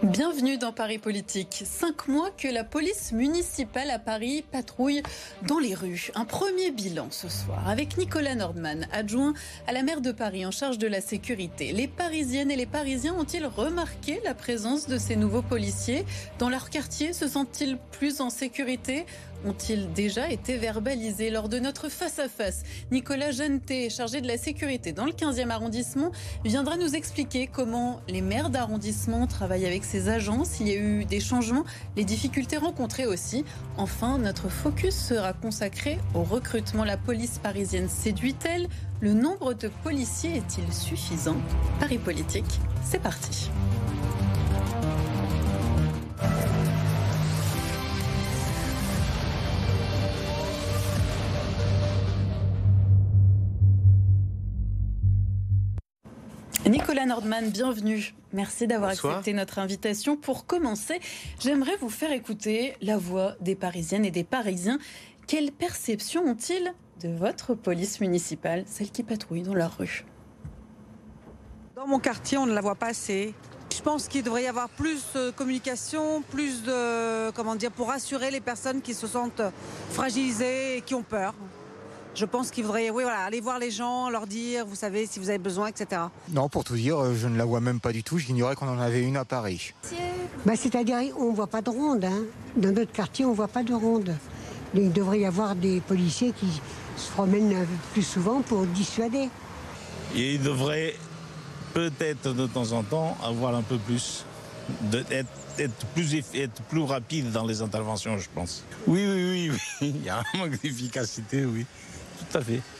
Bienvenue dans Paris Politique. 5 mois que la police municipale à Paris patrouille dans les rues. Un premier bilan ce soir avec Nicolas Nordman, adjoint à la maire de Paris en charge de la sécurité. Les Parisiennes et les Parisiens ont-ils remarqué la présence de ces nouveaux policiers dans leur quartier? Se sentent-ils plus en sécurité? Ont-ils déjà été verbalisés lors de notre face-à-face? Nicolas Jeanneté, chargé de la sécurité dans le 15e arrondissement, viendra nous expliquer comment les maires d'arrondissement travaillent avec ces agents, s'il y a eu des changements, les difficultés rencontrées aussi. Enfin, notre focus sera consacré au recrutement. La police parisienne séduit-elle? Le nombre de policiers est-il suffisant? Paris Politique, c'est parti. Nicolas Nordman, bienvenue. Merci d'avoir accepté notre invitation. Pour commencer, j'aimerais vous faire écouter la voix des Parisiennes et des Parisiens. Quelle perception ont-ils de votre police municipale, celle qui patrouille dans leur rue? Dans mon quartier, on ne la voit pas assez. Je pense qu'il devrait y avoir plus de communication, plus de, pour rassurer les personnes qui se sentent fragilisées et qui ont peur. Je pense qu'il faudrait aller voir les gens, leur dire, vous savez, si vous avez besoin, etc. Non, pour tout dire, je ne la vois même pas du tout. J'ignorais qu'on en avait une à Paris. C'est-à-dire, on ne voit pas de ronde. Dans notre quartier, on ne voit pas de ronde. Il devrait y avoir des policiers qui se promènent plus souvent pour dissuader. Et il devrait peut-être de temps en temps avoir un peu plus, être plus rapide dans les interventions, je pense. Oui. Il y a un manque d'efficacité, oui. Tout à fait.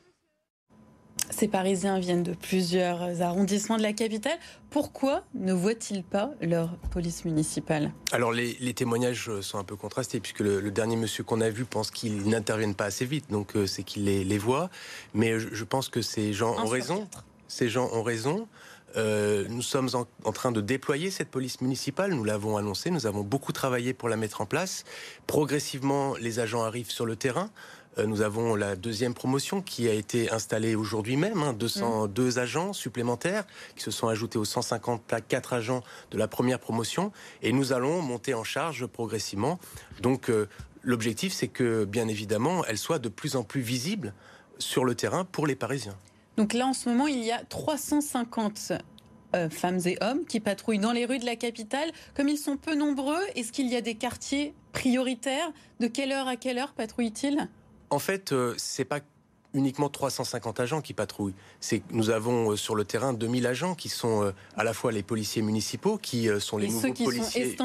Ces Parisiens viennent de plusieurs arrondissements de la capitale. Pourquoi ne voient-ils pas leur police municipale? Alors les témoignages sont un peu contrastés puisque le dernier monsieur qu'on a vu pense qu'ils n'interviennent pas assez vite, donc c'est qu'il les voit. Mais je pense que ces gens ont raison. Ces gens ont raison. Nous sommes en train de déployer cette police municipale, nous l'avons annoncé, nous avons beaucoup travaillé pour la mettre en place. Progressivement, les agents arrivent sur le terrain. Nous avons la deuxième promotion qui a été installée aujourd'hui même, 202 agents supplémentaires qui se sont ajoutés aux 154 agents de la première promotion. Et nous allons monter en charge progressivement. Donc l'objectif, c'est que, bien évidemment, elle soit de plus en plus visible sur le terrain pour les Parisiens. Donc là, en ce moment, il y a 350 femmes et hommes qui patrouillent dans les rues de la capitale. Comme ils sont peu nombreux, est-ce qu'il y a des quartiers prioritaires? De quelle heure à quelle heure patrouillent-ils? En fait, c'est pas uniquement 350 agents qui patrouillent. Nous avons sur le terrain 2000 agents qui sont à la fois les policiers municipaux, qui sont les nouveaux policiers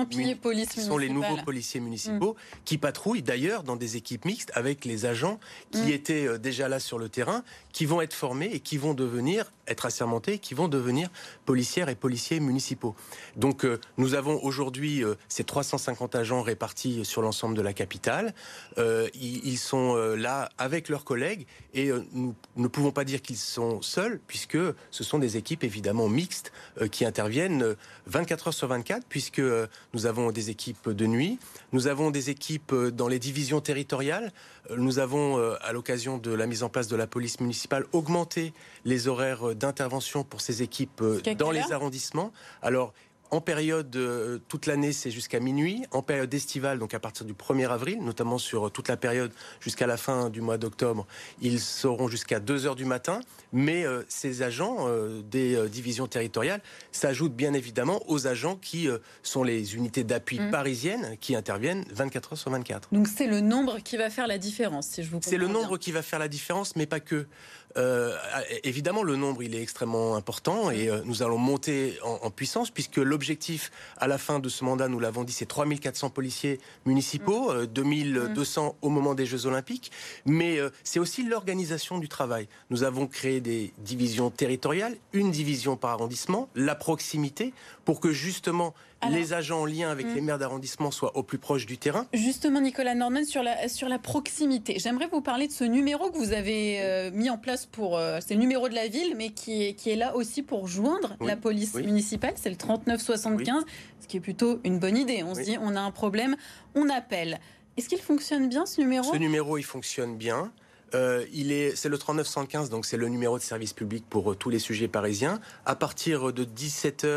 municipaux, qui patrouillent d'ailleurs dans des équipes mixtes avec les agents qui étaient déjà là sur le terrain, qui vont être formés et qui vont être assermentés, qui vont devenir policières et policiers municipaux. Donc nous avons aujourd'hui ces 350 agents répartis sur l'ensemble de la capitale. Ils sont là avec leurs collègues et nous ne pouvons pas dire qu'ils sont seuls puisque ce sont des équipes évidemment mixtes qui interviennent 24 heures sur 24 puisque nous avons des équipes de nuit, nous avons des équipes dans les divisions territoriales, nous avons à l'occasion de la mise en place de la police municipale augmenté les horaires d'intervention pour ces équipes dans les arrondissements. Alors en période, toute l'année, c'est jusqu'à minuit. En période estivale, donc à partir du 1er avril, notamment sur toute la période jusqu'à la fin du mois d'octobre, ils seront jusqu'à 2 heures du matin. Mais ces agents des divisions territoriales s'ajoutent bien évidemment aux agents qui sont les unités d'appui parisiennes qui interviennent 24 heures sur 24. Donc c'est le nombre qui va faire la différence, si je vous comprends bien. C'est le nombre qui va faire la différence, mais pas que. Évidemment, le nombre, il est extrêmement important et nous allons monter en puissance puisque l'objectif à la fin de ce mandat, nous l'avons dit, c'est 3400 policiers municipaux, 2200 au moment des Jeux Olympiques, mais c'est aussi l'organisation du travail. Nous avons créé des divisions territoriales, une division par arrondissement, la proximité, pour que justement les agents en lien avec les maires d'arrondissement soient au plus proche du terrain. Justement, Nicolas Nordman, sur la proximité, j'aimerais vous parler de ce numéro que vous avez mis en place c'est le numéro de la ville, mais qui est là aussi pour joindre la police municipale, c'est le 3975, ce qui est plutôt une bonne idée. On se dit, on a un problème, on appelle. Est-ce qu'il fonctionne bien, ce numéro ? Ce numéro, il fonctionne bien. C'est le 3915, donc c'est le numéro de service public pour tous les sujets parisiens. À partir de 17h,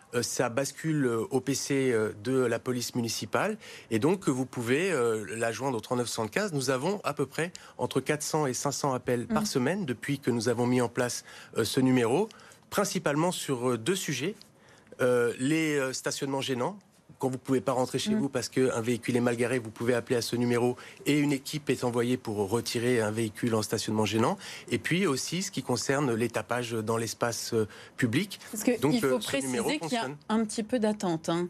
ça bascule au PC de la police municipale. Et donc, vous pouvez la joindre au 3975. Nous avons à peu près entre 400 et 500 appels par semaine depuis que nous avons mis en place ce numéro, principalement sur 2 sujets. Les stationnements gênants. Quand vous ne pouvez pas rentrer chez vous parce qu'un véhicule est mal garé, vous pouvez appeler à ce numéro et une équipe est envoyée pour retirer un véhicule en stationnement gênant. Et puis aussi ce qui concerne les tapages dans l'espace public. Parce qu'il faut préciser qu'il y a un petit peu d'attente. Hein.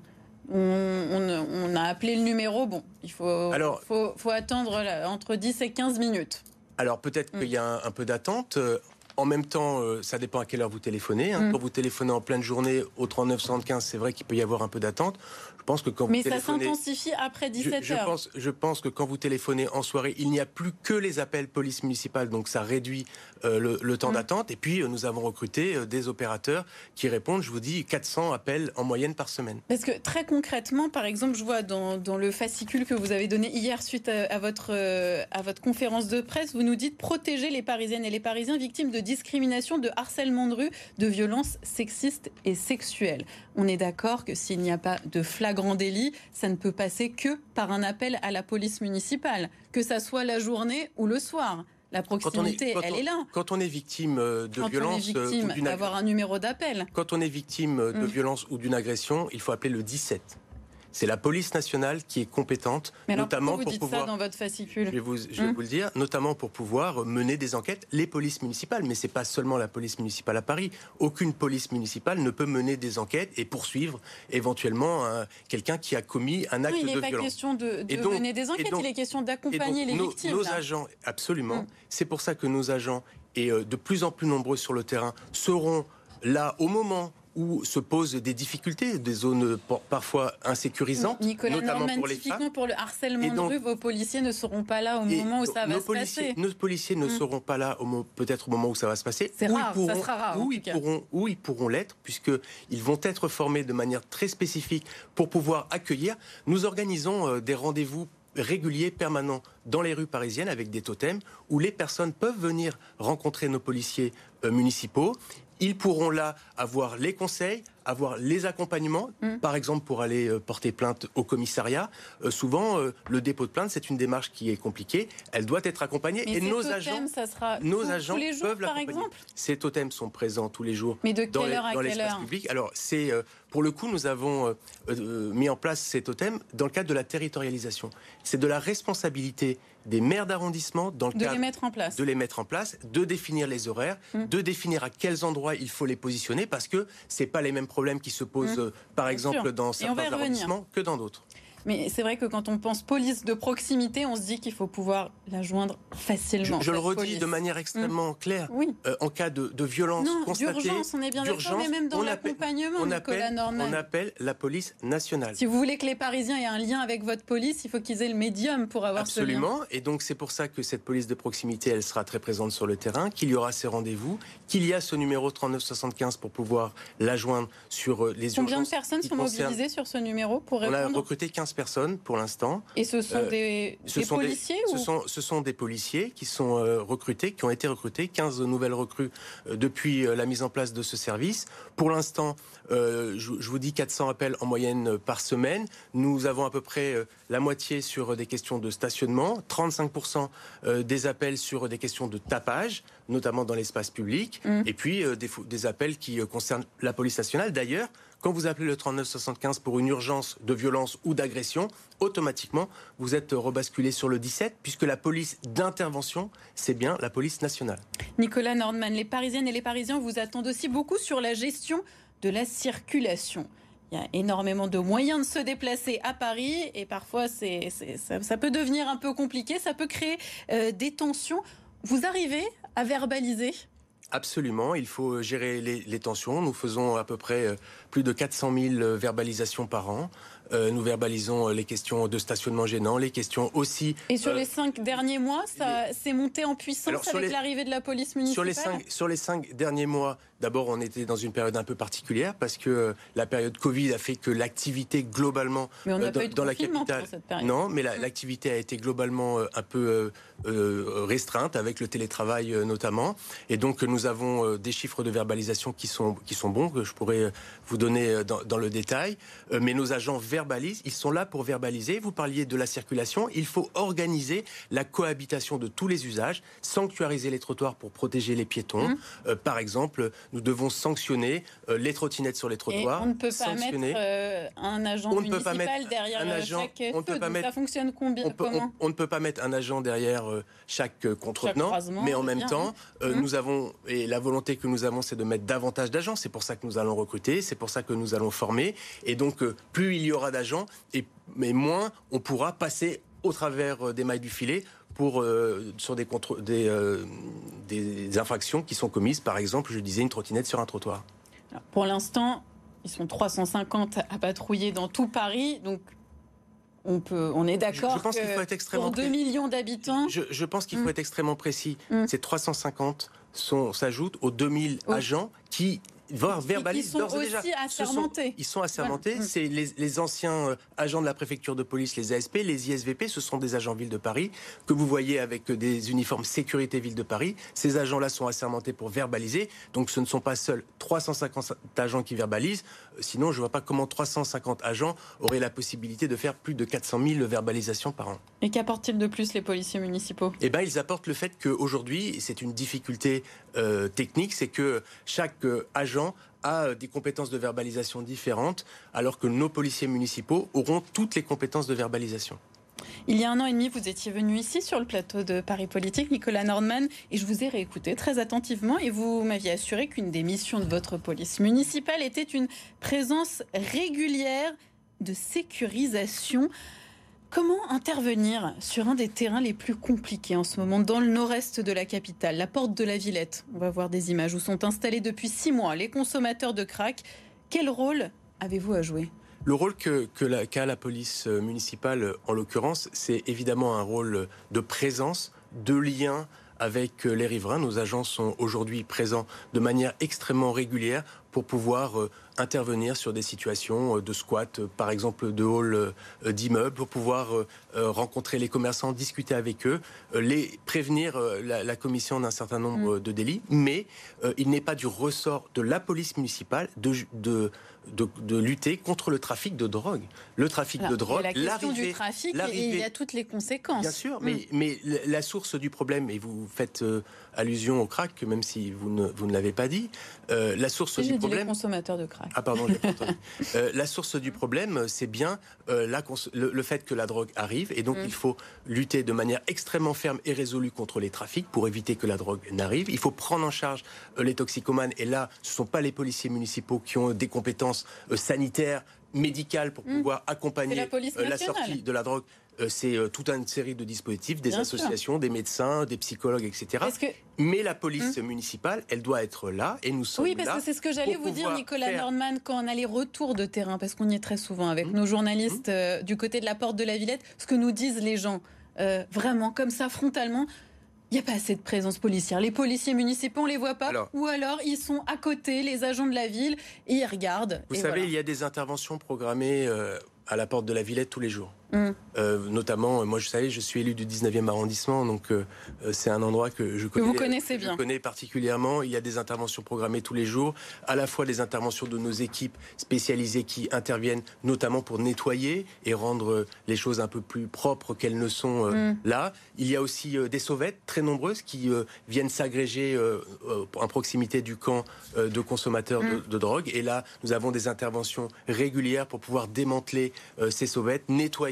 On a appelé le numéro, bon, il faut attendre entre 10 et 15 minutes. Alors peut-être qu'il y a un peu d'attente. En même temps, ça dépend à quelle heure vous téléphonez. Quand vous téléphonez en pleine journée au 3975, c'est vrai qu'il peut y avoir un peu d'attente. Je pense que quand vous téléphonez... ça s'intensifie après 17 heures. Je pense que quand vous téléphonez en soirée, il n'y a plus que les appels police municipale, donc ça réduit le temps d'attente. Et puis, nous avons recruté des opérateurs qui répondent, je vous dis, 400 appels en moyenne par semaine. Parce que très concrètement, par exemple, je vois dans le fascicule que vous avez donné hier suite à votre conférence de presse, vous nous dites protéger les Parisiennes et les Parisiens victimes de discrimination, de harcèlement de rue, de violences sexistes et sexuelles. On est d'accord que s'il n'y a pas de flagrant délit, ça ne peut passer que par un appel à la police municipale, que ça soit la journée ou le soir. La proximité, elle est là. Quand on est victime de violence, d'avoir un numéro d'appel. Quand on est victime de violence ou d'une agression, il faut appeler le 17. C'est la police nationale qui est compétente, mais alors notamment pour pouvoir. Ça dans votre fascicule. Je vais vous le dire, notamment pour pouvoir mener des enquêtes. Les polices municipales, mais c'est pas seulement la police municipale à Paris. Aucune police municipale ne peut mener des enquêtes et poursuivre éventuellement quelqu'un qui a commis un acte de violence. Il n'est pas question de mener des enquêtes, il est question d'accompagner les victimes. Nos agents, absolument. C'est pour ça que nos agents, et de plus en plus nombreux sur le terrain, seront là au moment où se posent des difficultés, des zones parfois insécurisantes, notamment pour les femmes. Typiquement pour le harcèlement de rue, vos policiers ne seront pas là au moment où ça va se passer. Nos policiers ne seront pas là peut-être au moment où ça va se passer. C'est rare, ça sera rare. Où ils pourront l'être, puisqu'ils vont être formés de manière très spécifique pour pouvoir accueillir. Nous organisons des rendez-vous réguliers, permanents, dans les rues parisiennes avec des totems où les personnes peuvent venir rencontrer nos policiers municipaux. Ils pourront là avoir les conseils, avoir les accompagnements, par exemple pour aller porter plainte au commissariat. Souvent, le dépôt de plainte, c'est une démarche qui est compliquée. Elle doit être accompagnée. Mais et nos agents, ça sera nos agents tous les jours, peuvent l'accompagner. Ces totems sont présents tous les jours dans l'espace public. Alors, pour le coup, nous avons mis en place ces totems dans le cadre de la territorialisation. C'est de la responsabilité des maires d'arrondissement dans le cadre de les mettre en place, de définir les horaires, de définir à quels endroits il faut les positionner, parce que c'est pas les mêmes problèmes qui se posent, par exemple, dans certains arrondissements que dans d'autres. Mais c'est vrai que quand on pense police de proximité, on se dit qu'il faut pouvoir la joindre facilement. Je le redis de manière extrêmement claire. Oui. En cas de violence constatée, d'urgence, on est bien d'accord, mais même dans l'accompagnement, Nicolas Nordman. On appelle la police nationale. Si vous voulez que les Parisiens aient un lien avec votre police, il faut qu'ils aient le médium pour avoir ce lien. Absolument. Et donc c'est pour ça que cette police de proximité, elle sera très présente sur le terrain, qu'il y aura ces rendez-vous, qu'il y a ce numéro 3975 pour pouvoir la joindre sur les urgences. Combien de personnes sont mobilisées sur ce numéro pour répondre ? On a recruté 15 personnes pour l'instant. Et ce sont des policiers Ce sont des policiers qui sont recrutés, qui ont été recrutés, 15 nouvelles recrues depuis la mise en place de ce service. Pour l'instant, je vous dis 400 appels en moyenne par semaine. Nous avons à peu près la moitié sur des questions de stationnement, 35% des appels sur des questions de tapage, notamment dans l'espace public, et puis des appels qui concernent la police nationale. D'ailleurs, quand vous appelez le 3975 pour une urgence de violence ou d'agression, automatiquement, vous êtes rebasculé sur le 17, puisque la police d'intervention, c'est bien la police nationale. Nicolas Nordman, les Parisiennes et les Parisiens vous attendent aussi beaucoup sur la gestion de la circulation. Il y a énormément de moyens de se déplacer à Paris et parfois ça peut devenir un peu compliqué, ça peut créer des tensions. Vous arrivez à verbaliser ? Absolument, il faut gérer les tensions. Nous faisons à peu près plus de 400 000 verbalisations par an. nous verbalisons les questions de stationnement gênant, les questions aussi... Et sur les 5 derniers mois, ça s'est monté en puissance avec l'arrivée de la police municipale? Sur les 5 derniers mois, d'abord, on était dans une période un peu particulière parce que la période Covid a fait que l'activité globalement mais on n'a pas eu de dans la capitale... cette période. Non, mais l'activité a été globalement un peu restreinte avec le télétravail notamment. Et donc, nous avons des chiffres de verbalisation qui sont bons, que je pourrais vous donner dans le détail. Mais nos agents verbalisent, ils sont là pour verbaliser. Vous parliez de la circulation, il faut organiser la cohabitation de tous les usages, sanctuariser les trottoirs pour protéger les piétons. Par exemple, nous devons sanctionner les trottinettes sur les trottoirs. Et on ne peut pas mettre un agent municipal derrière chaque feu. Ça fonctionne comment? On ne peut pas mettre un agent derrière chaque contretenant, mais en même temps, nous avons, et la volonté que nous avons, c'est de mettre davantage d'agents. C'est pour ça que nous allons recruter, c'est pour ça que nous allons former. Et donc, plus il y aura d'agents, mais moins on pourra passer au travers des mailles du filet sur des infractions qui sont commises. Par exemple, je disais, une trottinette sur un trottoir. Alors, pour l'instant, ils sont 350 à patrouiller dans tout Paris, donc on est d'accord que pour 2 millions d'habitants... Je pense qu'il faut être extrêmement précis. Ces 350 s'ajoutent aux 2000 agents qui verbalisent d'ores et déjà. Ils sont assermentés. Voilà. C'est les anciens agents de la préfecture de police, les ASP, les ISVP, ce sont des agents Ville de Paris que vous voyez avec des uniformes sécurité Ville de Paris. Ces agents-là sont assermentés pour verbaliser. Donc ce ne sont pas seuls 350 agents qui verbalisent. Sinon, je ne vois pas comment 350 agents auraient la possibilité de faire plus de 400 000 verbalisations par an. Et qu'apportent-ils de plus, les policiers municipaux? Eh bien, ils apportent le fait qu'aujourd'hui, c'est une difficulté technique, c'est que chaque agent a des compétences de verbalisation différentes, alors que nos policiers municipaux auront toutes les compétences de verbalisation. Il y a 1 an et demi, vous étiez venu ici sur le plateau de Paris Politique, Nicolas Nordman, et je vous ai réécouté très attentivement et vous m'aviez assuré qu'une des missions de votre police municipale était une présence régulière de sécurisation. Comment intervenir sur un des terrains les plus compliqués en ce moment dans le nord-est de la capitale, la porte de la Villette? On va voir des images où sont installés depuis 6 mois les consommateurs de crack. Quel rôle avez-vous à jouer? Le rôle qu'a la police municipale, en l'occurrence, c'est évidemment un rôle de présence, de lien avec les riverains. Nos agents sont aujourd'hui présents de manière extrêmement régulière pour pouvoir intervenir sur des situations de squat, par exemple de hall d'immeubles, pour pouvoir rencontrer les commerçants, discuter avec eux, les prévenir la commission d'un certain nombre de délits. Mais il n'est pas du ressort de la police municipale de lutter contre le trafic de drogue. Le trafic de drogue, la question du trafic, il y a toutes les conséquences. Bien sûr, mais la source du problème, et vous faites allusion au crack, même si vous ne l'avez pas dit, la source du problème... les consommateurs de crack. Ah pardon, je l'ai pas entendu. La source du problème, c'est bien le fait que la drogue arrive, et donc il faut lutter de manière extrêmement ferme et résolue contre les trafics pour éviter que la drogue n'arrive. Il faut prendre en charge les toxicomanes, et là, ce ne sont pas les policiers municipaux qui ont des compétences sanitaires, médicales pour pouvoir accompagner la sortie de la drogue. C'est toute une série de dispositifs, des associations, des médecins, des psychologues, etc. Mais la police municipale, elle doit être là, et nous sommes là. Oui, parce que c'est ce que j'allais vous dire, Nicolas Nordman, quand on a les retours de terrain, parce qu'on y est très souvent avec nos journalistes du côté de la porte de la Villette, ce que nous disent les gens, vraiment, comme ça, frontalement, il n'y a pas assez de présence policière. Les policiers municipaux, on ne les voit pas. Ou alors, ils sont à côté, les agents de la ville, et ils regardent. Vous savez, il y a des interventions programmées à la porte de la Villette tous les jours. Notamment, moi, je suis élu du 19e arrondissement, donc c'est un endroit que je connais. Que vous connaissez bien. Je connais particulièrement. Il y a des interventions programmées tous les jours, à la fois des interventions de nos équipes spécialisées qui interviennent notamment pour nettoyer et rendre les choses un peu plus propres qu'elles ne sont là. Il y a aussi des sauvettes très nombreuses qui viennent s'agréger en proximité du camp de consommateurs de drogue. Et là, nous avons des interventions régulières pour pouvoir démanteler ces sauvettes, nettoyer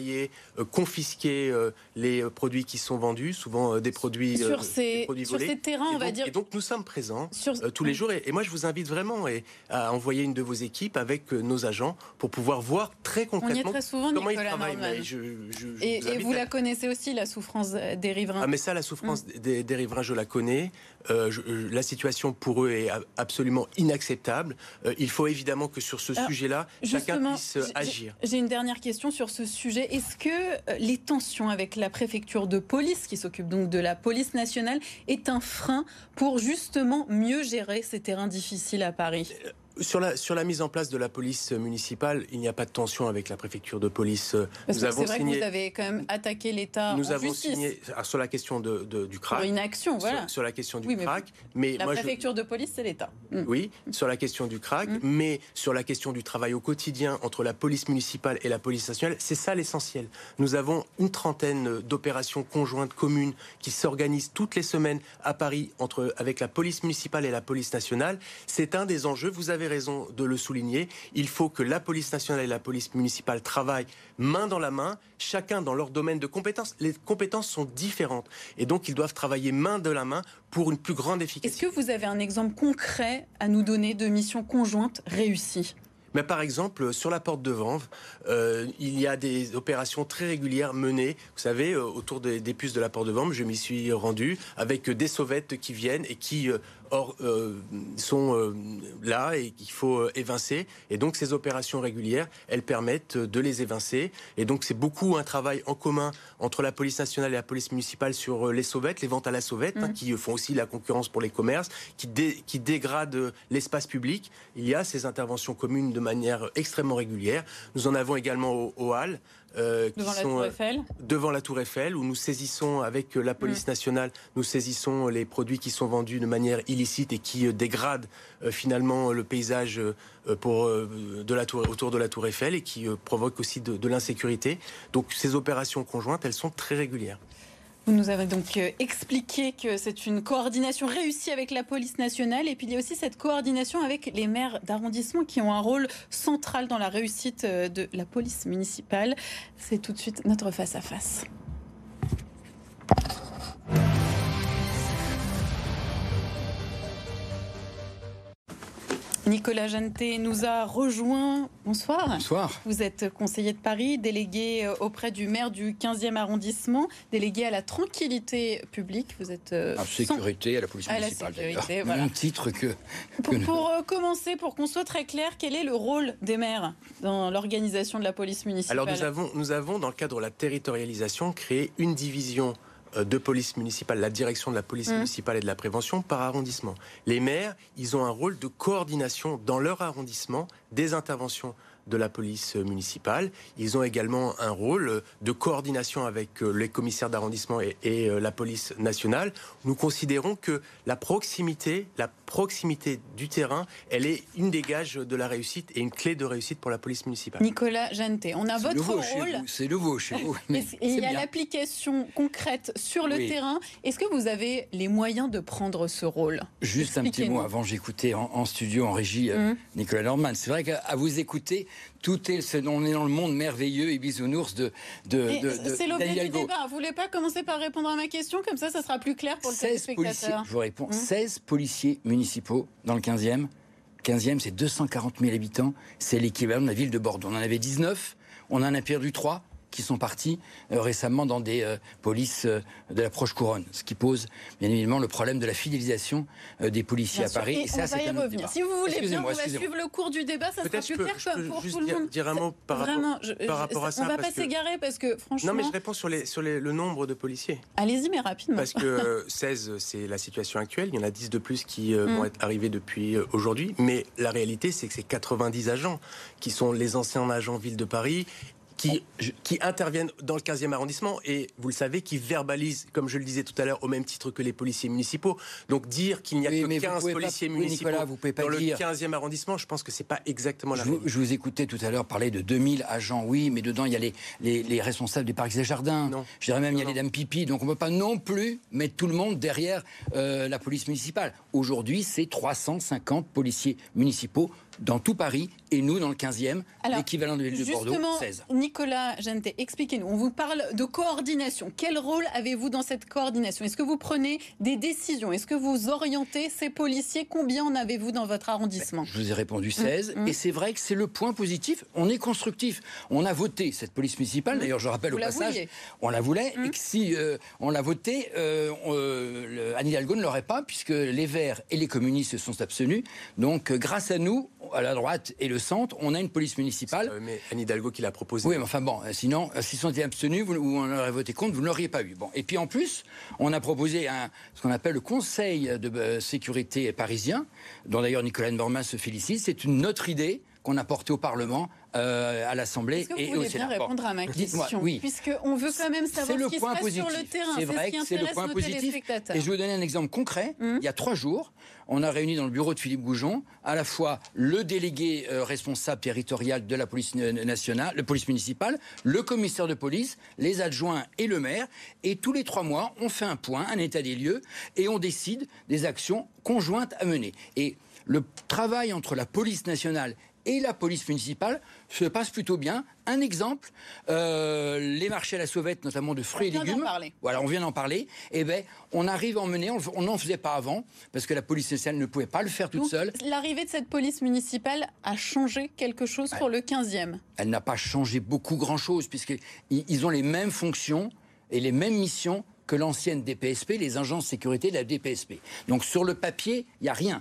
nettoyer, confisquer les produits qui sont vendus, souvent des produits volés. Sur ces terrains, on va dire. Et donc nous sommes présents tous les jours. Et moi, je vous invite vraiment à envoyer une de vos équipes avec nos agents pour pouvoir voir très concrètement on y est très souvent, comment ils Nicolas travaillent. Norman. Et vous la connaissez aussi, la souffrance des riverains. Ah, mais ça, la souffrance des riverains, je la connais. La situation pour eux est absolument inacceptable. Il faut évidemment que sur ce sujet-là, chacun puisse agir. J'ai une dernière question sur ce sujet. Est-ce que les tensions avec la préfecture de police, qui s'occupe donc de la police nationale, est un frein pour justement mieux gérer ces terrains difficiles à Paris ? Sur la mise en place de la police municipale, il n'y a pas de tension avec la préfecture de police. Parce que c'est vrai que vous avez quand même attaqué l'État en justice. Nous avons signé sur la question du CRAC. Pour inaction, voilà. Sur la question du CRAC. Mais la préfecture de police, c'est l'État. Oui, sur la question du CRAC, mais sur la question du travail au quotidien entre la police municipale et la police nationale, c'est ça l'essentiel. Nous avons une trentaine d'opérations conjointes communes qui s'organisent toutes les semaines à Paris avec la police municipale et la police nationale. C'est un des enjeux. Vous avez raison de le souligner. Il faut que la police nationale et la police municipale travaillent main dans la main, chacun dans leur domaine de compétences. Les compétences sont différentes et donc ils doivent travailler main dans la main pour une plus grande efficacité. Est-ce que vous avez un exemple concret à nous donner de missions conjointes réussies ? Mais par exemple, sur la porte de Vanves, il y a des opérations très régulières menées, vous savez, autour des puces de la porte de Vanves. Je m'y suis rendu avec des sauvettes qui viennent et qui sont là et qu'il faut évincer. Et donc ces opérations régulières, elles permettent de les évincer. Et donc c'est beaucoup un travail en commun entre la police nationale et la police municipale sur les sauvettes, les ventes à la sauvette, qui font aussi la concurrence pour les commerces, qui dégradent l'espace public. Il y a ces interventions communes de manière extrêmement régulière. Nous en avons également au Halles. Devant la Tour Eiffel. Devant la Tour Eiffel, où nous saisissons avec la police nationale, nous saisissons les produits qui sont vendus de manière illicite et qui dégradent finalement le paysage autour de la Tour Eiffel et qui provoquent aussi de l'insécurité. Donc ces opérations conjointes, elles sont très régulières. Vous nous avez donc expliqué que c'est une coordination réussie avec la police nationale et puis il y a aussi cette coordination avec les maires d'arrondissement qui ont un rôle central dans la réussite de la police municipale. C'est tout de suite notre face-à-face. Nicolas Jeantet nous a rejoint. Bonsoir. Bonsoir. Vous êtes conseiller de Paris, délégué auprès du maire du 15e arrondissement, délégué à la tranquillité publique. Vous êtes à sécurité, à la police municipale. Voilà. Même titre que... Pour commencer, pour qu'on soit très clair, quel est le rôle des maires dans l'organisation de la police municipale ? Alors nous avons, dans le cadre de la territorialisation, créé une division de police municipale, la direction de la police municipale et de la prévention par arrondissement. Les maires, ils ont un rôle de coordination dans leur arrondissement des interventions de la police municipale. Ils ont également un rôle de coordination avec les commissaires d'arrondissement et la police nationale. Nous considérons que la proximité du terrain, elle est une des gages de la réussite et une clé de réussite pour la police municipale. Nicolas Jeantet, on a votre rôle. C'est nouveau chez vous. Mais il y a l'application concrète sur le terrain. Est-ce que vous avez les moyens de prendre ce rôle ? Juste un petit mot avant, j'écoutais en studio, en régie, Nicolas Norman. C'est vrai qu'à vous écouter, tout est, on est dans le monde merveilleux et bisounours de c'est l'objet du débat. Vous voulez pas commencer par répondre à ma question ? Comme ça sera plus clair pour le téléspectateur. Je vous réponds. 16 policiers municipaux dans le 15e. 15e, c'est 240 000 habitants. C'est l'équivalent de la ville de Bordeaux. On en avait 19. On en a perdu 3 qui sont partis récemment dans des polices de la proche couronne, ce qui pose bien évidemment le problème de la fidélisation des policiers à Paris. Et ça, on va y revenir. Si vous voulez bien, on va suivre le cours du débat, ça sera plus clair pour tout le monde. Dire un mot par rapport à ça. On ne va pas s'égarer parce que franchement... Non, mais je réponds sur le nombre de policiers. Allez-y, mais rapidement. Parce que 16, c'est la situation actuelle. Il y en a 10 de plus qui vont être arrivés depuis aujourd'hui. Mais la réalité, c'est que c'est 90 agents qui sont les anciens agents ville de Paris qui interviennent dans le 15e arrondissement et, vous le savez, qui verbalisent, comme je le disais tout à l'heure, au même titre que les policiers municipaux. Donc dire qu'il n'y a que 15 policiers municipaux dans le 15e arrondissement, je pense que c'est pas exactement la réalité. Je vous écoutais tout à l'heure parler de 2000 agents, oui, mais dedans il y a les responsables des parcs et des jardins. Je dirais même il y a les dames pipi, donc on ne peut pas non plus mettre tout le monde derrière la police municipale. Aujourd'hui, c'est 350 policiers municipaux dans tout Paris, et nous, dans le 15e, l'équivalent de l'île de Bordeaux, 16. Nicolas Jeantet, expliquez-nous. On vous parle de coordination. Quel rôle avez-vous dans cette coordination? Est-ce que vous prenez des décisions? Est-ce que vous orientez ces policiers? Combien en avez-vous dans votre arrondissement? Je vous ai répondu 16, et c'est vrai que c'est le point positif. On est constructif. On a voté cette police municipale, d'ailleurs je rappelle au passage, on la voulait, et que si on l'a votée, Anne Hidalgo ne l'aurait pas, puisque les Verts et les communistes se sont abstenus. Donc grâce à nous, à la droite et le centre, on a une police municipale. Mais Anne Hidalgo qui l'a proposé. Oui, mais enfin bon, sinon, s'ils sont été abstenus ou on aurait voté contre, vous ne l'auriez pas eu. Bon. Et puis en plus, on a proposé ce qu'on appelle le Conseil de sécurité parisien, dont d'ailleurs Nicolas Norman se félicite. C'est une autre idée qu'on a portée au Parlement, à l'Assemblée et au Sénat. Est-ce que vous voulez bien répondre à ma question? Oui. Puisqu'on veut quand même savoir ce qui se passe sur le terrain. C'est vrai que c'est le point positif. Et je vais vous donner un exemple concret. Il y a 3 jours, on a réuni dans le bureau de Philippe Goujon à la fois le délégué responsable territorial de la police nationale, la police municipale, le commissaire de police, les adjoints et le maire. Et tous les 3 mois, on fait un point, un état des lieux, et on décide des actions conjointes à mener. Et le travail entre la police nationale et la police municipale se passe plutôt bien. Un exemple, les marchés à la sauvette, notamment de fruits et légumes. Voilà, on vient d'en parler. Eh bien, on arrive à emmener, on n'en faisait pas avant, parce que la police nationale ne pouvait pas le faire toute seule. L'arrivée de cette police municipale a changé quelque chose pour le 15e? Elle n'a pas changé grand-chose, puisqu'ils ont les mêmes fonctions et les mêmes missions que l'ancienne DPSP, les agences de sécurité de la DPSP. Donc sur le papier, il n'y a rien.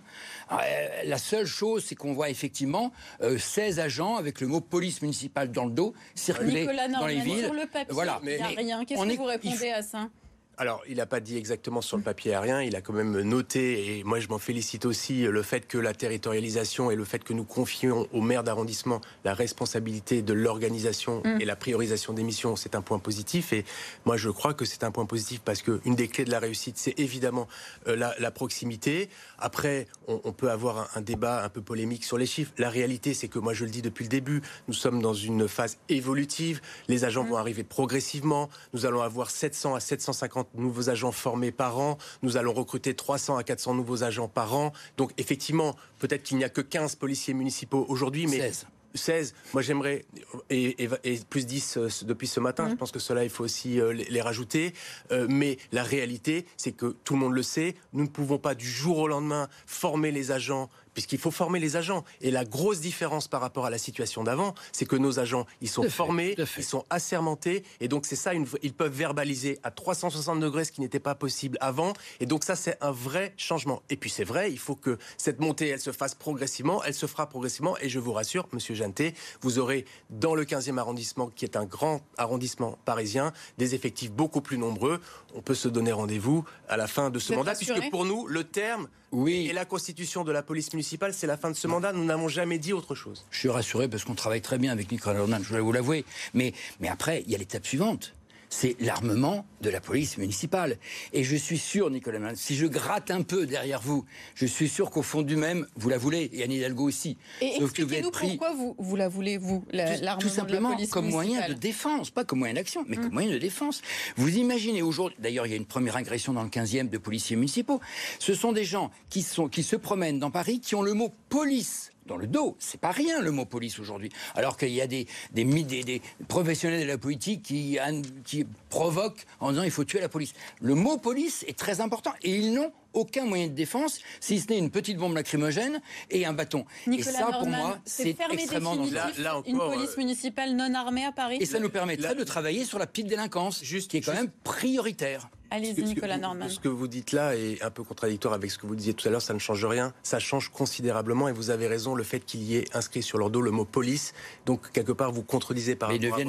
La seule chose, c'est qu'on voit effectivement 16 agents avec le mot police municipale dans le dos circuler dans les villes. Sur le papier, il n'y a rien. Qu'est-ce que vous répondez à ça? Alors, il n'a pas dit exactement sur le papier rien, il a quand même noté, et moi je m'en félicite aussi, le fait que la territorialisation et le fait que nous confions au maire d'arrondissement la responsabilité de l'organisation et la priorisation des missions, c'est un point positif. Et moi je crois que c'est un point positif parce qu'une des clés de la réussite, c'est évidemment la proximité. Après, on peut avoir un débat un peu polémique sur les chiffres. La réalité, c'est que moi je le dis depuis le début, nous sommes dans une phase évolutive, les agents vont arriver progressivement, nous allons avoir 700 à 750 nouveaux agents formés par an. Nous allons recruter 300 à 400 nouveaux agents par an. Donc effectivement, peut-être qu'il n'y a que 15 policiers municipaux aujourd'hui, mais 16. Moi j'aimerais, et plus 10 depuis ce matin, je pense que cela il faut aussi les rajouter. Mais la réalité, c'est que tout le monde le sait, nous ne pouvons pas du jour au lendemain former les agents, puisqu'il faut former les agents. Et la grosse différence par rapport à la situation d'avant, c'est que nos agents, ils sont formés, ils sont assermentés, et donc c'est ça, ils peuvent verbaliser à 360 degrés ce qui n'était pas possible avant, et donc ça c'est un vrai changement. Et puis c'est vrai, il faut que cette montée, elle se fasse progressivement, elle se fera progressivement, et je vous rassure, Monsieur Jeantet, vous aurez dans le 15e arrondissement, qui est un grand arrondissement parisien, des effectifs beaucoup plus nombreux. On peut se donner rendez-vous à la fin de ce mandat, puisque pour nous, le terme et la constitution de la police municipale, c'est la fin de ce mandat. Nous n'avons jamais dit autre chose. Je suis rassuré parce qu'on travaille très bien avec Nicolas Norman, je dois vous l'avouer. Mais après, il y a l'étape suivante. C'est l'armement de la police municipale. Et je suis sûr, Nicolas Norman, si je gratte un peu derrière vous, je suis sûr qu'au fond du même, vous la voulez, et Anne Hidalgo aussi. Et expliquez-nous pourquoi vous la voulez, vous, l'armement tout simplement de la police comme municipale. moyen de défense, pas comme moyen d'action, mais comme moyen de défense. Vous imaginez aujourd'hui, d'ailleurs il y a une première agression dans le 15e de policiers municipaux, ce sont des gens qui se promènent dans Paris, qui ont le mot police dans le dos. C'est pas rien le mot police aujourd'hui. Alors qu'il y a des professionnels de la politique qui provoquent en disant il faut tuer la police. Le mot police est très important et ils n'ont aucun moyen de défense, si ce n'est une petite bombe lacrymogène et un bâton. Nicolas et ça, Norman, pour moi, c'est extrêmement dangereux. Une police municipale non armée à Paris. Et ça nous permettrait de travailler sur la petite délinquance, qui est quand même prioritaire. Allez-y, Nicolas Norman. Ce que vous dites là est un peu contradictoire avec ce que vous disiez tout à l'heure. Ça ne change rien. Ça change considérablement. Et vous avez raison, le fait qu'il y ait inscrit sur leur dos le mot police. Donc, quelque part, vous contredisez par rapport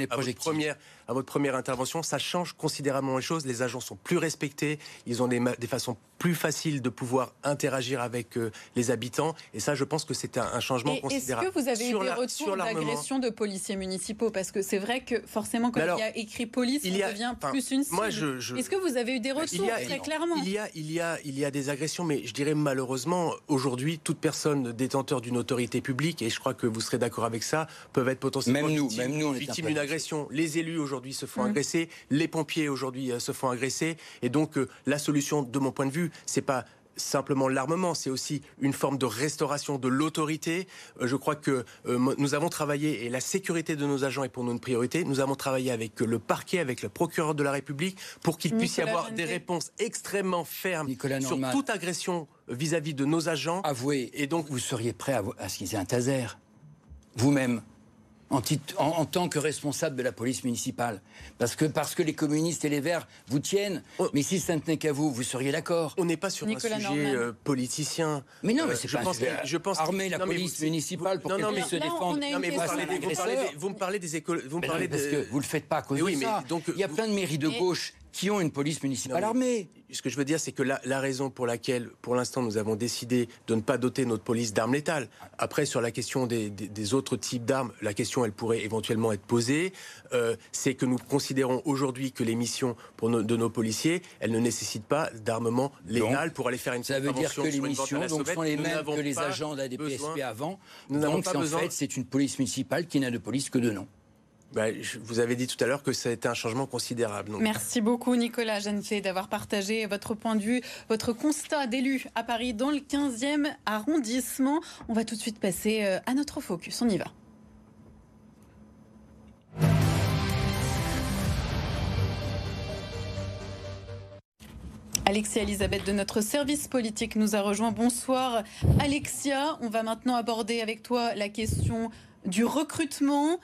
à votre première intervention. Ça change considérablement les choses. Les agents sont plus respectés. Ils ont des façons plus faciles de pouvoir interagir avec les habitants. Et ça, je pense que c'est un changement considérable. Est-ce que vous avez eu des retours d'agression de policiers municipaux? Parce que c'est vrai que forcément, quand il y a écrit police, on devient plus une cible. Est-ce que vous avez eu des retours, très clairement? Il y a des agressions, mais je dirais malheureusement, aujourd'hui, toute personne détenteur d'une autorité publique, et je crois que vous serez d'accord avec ça, peuvent être potentiellement victimes d'une agression. Les élus aujourd'hui se font agresser, les pompiers aujourd'hui se font agresser, et donc la solution, de mon point de vue, c'est pas simplement l'armement, c'est aussi une forme de restauration de l'autorité. Je crois que nous avons travaillé, et la sécurité de nos agents est pour nous une priorité, nous avons travaillé avec le parquet, avec le procureur de la République, pour qu'il puisse y avoir des réponses extrêmement fermes sur toute agression vis-à-vis de nos agents. Avouez, et donc vous seriez prêt à ce qu'ils aient un taser, vous-même, en tant que responsable de la police municipale, parce que les communistes et les Verts vous tiennent, mais si ça ne tenait qu'à vous, vous seriez d'accord. On n'est pas sur un sujet politicien. Mais non, mais c'est pas un sujet. Armer la police municipale pour qu'elle puisse se défendre. Non, mais vous me parlez des écoles. Parce que vous le faites pas à cause de ça. Il y a plein de mairies de gauche qui ont une police municipale armée. Ce que je veux dire, c'est que la raison pour laquelle, pour l'instant, nous avons décidé de ne pas doter notre police d'armes létales. Après, sur la question des autres types d'armes, la question, elle pourrait éventuellement être posée. C'est que nous considérons aujourd'hui que les missions de nos policiers, elles ne nécessitent pas d'armement légal pour aller faire une ça veut dire que les missions sont les mêmes que les agents de la DPSP avant. Donc, en fait, c'est une police municipale qui n'a de police que de nom. Vous avez dit tout à l'heure que ça a été un changement considérable. Donc. Merci beaucoup Nicolas Jeannetet d'avoir partagé votre point de vue, votre constat d'élu à Paris dans le 15e arrondissement. On va tout de suite passer à notre focus. On y va. Alexia Elisabeth de notre service politique nous a rejoint. Bonsoir Alexia. On va maintenant aborder avec toi la question du recrutement,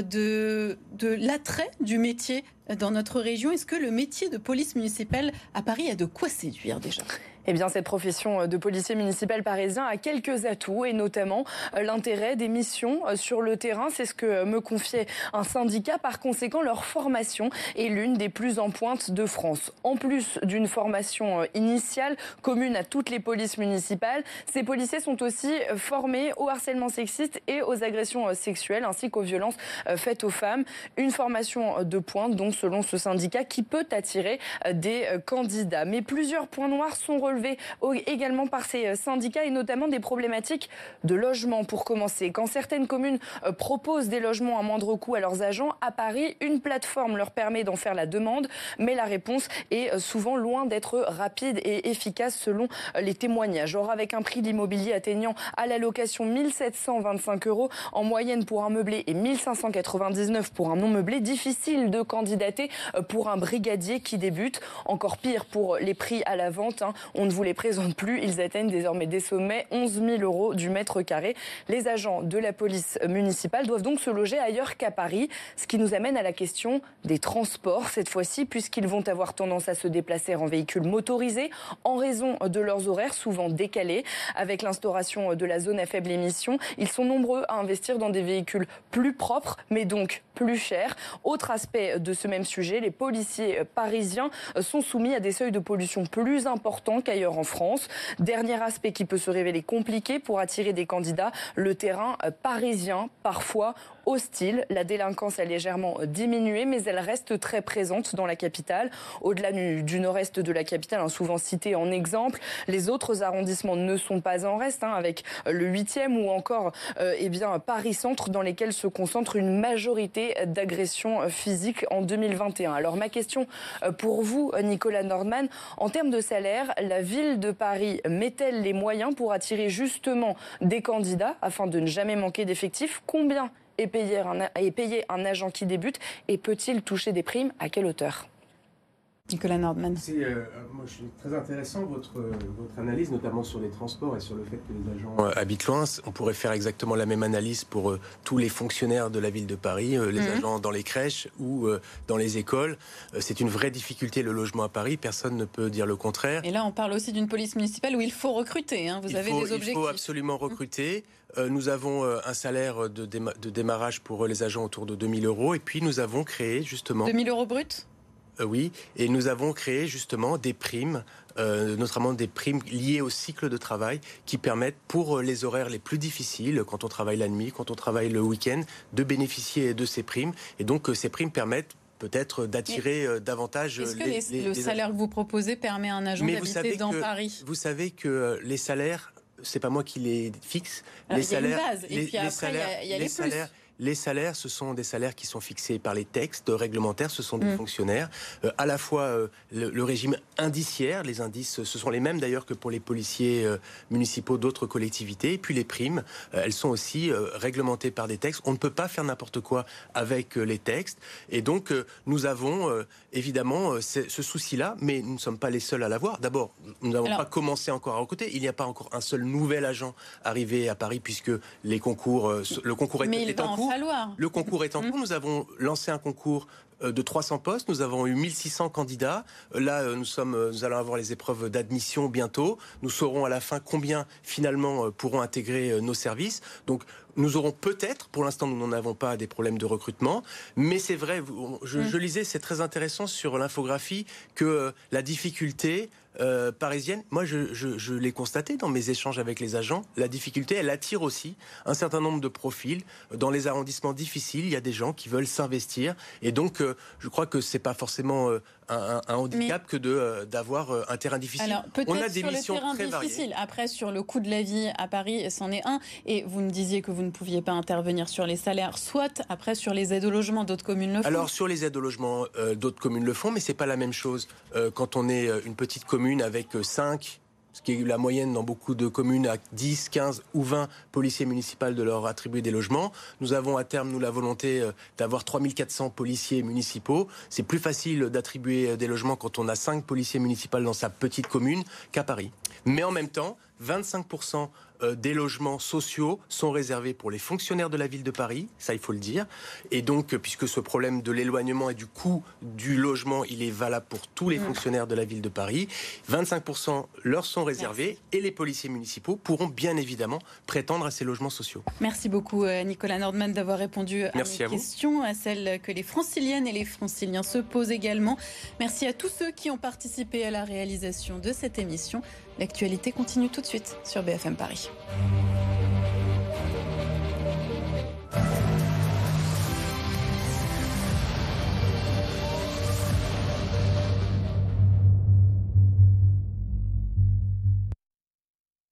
de l'attrait du métier dans notre région. Est-ce que le métier de police municipale à Paris a de quoi séduire déjà ? Eh bien, cette profession de policier municipal parisien a quelques atouts et notamment l'intérêt des missions sur le terrain. C'est ce que me confiait un syndicat. Par conséquent, leur formation est l'une des plus en pointe de France. En plus d'une formation initiale commune à toutes les polices municipales, ces policiers sont aussi formés au harcèlement sexiste et aux agressions sexuelles ainsi qu'aux violences faites aux femmes. Une formation de pointe, donc selon ce syndicat, qui peut attirer des candidats. Mais plusieurs points noirs sont relevés également par ces syndicats et notamment des problématiques de logement pour commencer. Quand certaines communes proposent des logements à moindre coût à leurs agents, à Paris, une plateforme leur permet d'en faire la demande, mais la réponse est souvent loin d'être rapide et efficace selon les témoignages. Or, avec un prix de l'immobilier atteignant à la location 1 725 € en moyenne pour un meublé et 1 599 pour un non meublé, difficile de candidater pour un brigadier qui débute. Encore pire pour les prix à la vente. On ne vous les présente plus. Ils atteignent désormais des sommets 11 000 € du mètre carré. Les agents de la police municipale doivent donc se loger ailleurs qu'à Paris. Ce qui nous amène à la question des transports cette fois-ci, puisqu'ils vont avoir tendance à se déplacer en véhicule motorisé en raison de leurs horaires souvent décalés. Avec l'instauration de la zone à faible émission, ils sont nombreux à investir dans des véhicules plus propres, mais donc plus chers. Autre aspect de ce même sujet, les policiers parisiens sont soumis à des seuils de pollution plus importants qu'ailleurs en France. Dernier aspect qui peut se révéler compliqué pour attirer des candidats, le terrain parisien, parfois hostile. La délinquance a légèrement diminué, mais elle reste très présente dans la capitale. Au-delà du nord-est de la capitale, souvent cité en exemple, les autres arrondissements ne sont pas en reste, avec le 8e ou encore Paris-Centre, dans lesquels se concentre une majorité d'agressions physiques en 2021. Alors ma question pour vous, Nicolas Nordman, en termes de salaire, la ville de Paris met-elle les moyens pour attirer justement des candidats afin de ne jamais manquer d'effectifs ? Combien est payé un agent qui débute et peut-il toucher des primes ? À quelle hauteur ? Nicolas Nordman. Moi, je suis très intéressant votre analyse, notamment sur les transports et sur le fait que les agents habitent loin. On pourrait faire exactement la même analyse pour tous les fonctionnaires de la ville de Paris, les agents dans les crèches ou dans les écoles. C'est une vraie difficulté le logement à Paris. Personne ne peut dire le contraire. Et là, on parle aussi d'une police municipale où il faut recruter. Vous avez des objectifs. Il faut absolument recruter. Nous avons un salaire de démarrage pour les agents autour de 2 000 € et puis nous avons créé justement... 2 000 € bruts ? Oui, et nous avons créé justement des primes, notamment des primes liées au cycle de travail qui permettent pour les horaires les plus difficiles, quand on travaille la nuit, quand on travaille le week-end, de bénéficier de ces primes. Et donc ces primes permettent peut-être d'attirer davantage... Est-ce que le salaire que vous proposez permet à un agent d'habiter dans Paris ? Vous savez que les salaires, c'est pas moi qui les fixe. Alors, il y a une base, et puis après, il y a les salaires. les salaires, ce sont des salaires qui sont fixés par les textes réglementaires, ce sont des fonctionnaires. À la fois le régime indiciaire, les indices, ce sont les mêmes d'ailleurs que pour les policiers municipaux d'autres collectivités. Et puis les primes, elles sont aussi réglementées par des textes. On ne peut pas faire n'importe quoi avec les textes. Et donc, nous avons évidemment ce souci-là, mais nous ne sommes pas les seuls à l'avoir. D'abord, nous n'avons pas commencé encore à recruter. Il n'y a pas encore un seul nouvel agent arrivé à Paris, puisque le concours est en cours. Le concours est en cours. Nous avons lancé un concours de 300 postes. Nous avons eu 1600 candidats. Là, nous allons avoir les épreuves d'admission bientôt. Nous saurons à la fin combien, finalement, pourront intégrer nos services. Donc, nous aurons peut-être, pour l'instant, nous n'en avons pas, des problèmes de recrutement. Mais c'est vrai, je lisais, c'est très intéressant sur l'infographie, que la difficulté parisienne, moi je l'ai constaté dans mes échanges avec les agents, la difficulté, elle attire aussi un certain nombre de profils. Dans les arrondissements difficiles, il y a des gens qui veulent s'investir. Et donc, je crois que c'est pas forcément un handicap que d'avoir un terrain difficile. Alors, peut-être on a des sur missions le terrain très difficile. variées. Après, sur le coût de la vie à Paris, c'en est un. Et vous me disiez que vous ne pouviez pas intervenir sur les salaires, soit après sur les aides au logement, d'autres communes le font. Alors, sur les aides au logement, d'autres communes le font, mais c'est pas la même chose. Quand on est une petite commune avec 5, ce qui est la moyenne dans beaucoup de communes, à 10, 15 ou 20 policiers municipaux de leur attribuer des logements. Nous avons à terme, la volonté d'avoir 3400 policiers municipaux. C'est plus facile d'attribuer des logements quand on a 5 policiers municipaux dans sa petite commune qu'à Paris. Mais en même temps, 25% des logements sociaux sont réservés pour les fonctionnaires de la ville de Paris, ça il faut le dire. Et donc, puisque ce problème de l'éloignement et du coût du logement, il est valable pour tous les fonctionnaires de la ville de Paris, 25% leur sont réservés. Merci. Et les policiers municipaux pourront bien évidemment prétendre à ces logements sociaux. Merci beaucoup Nicolas Nordman d'avoir répondu à mes questions, à celles que les franciliennes et les franciliens se posent également. Merci à tous ceux qui ont participé à la réalisation de cette émission. L'actualité continue tout de suite sur BFM Paris.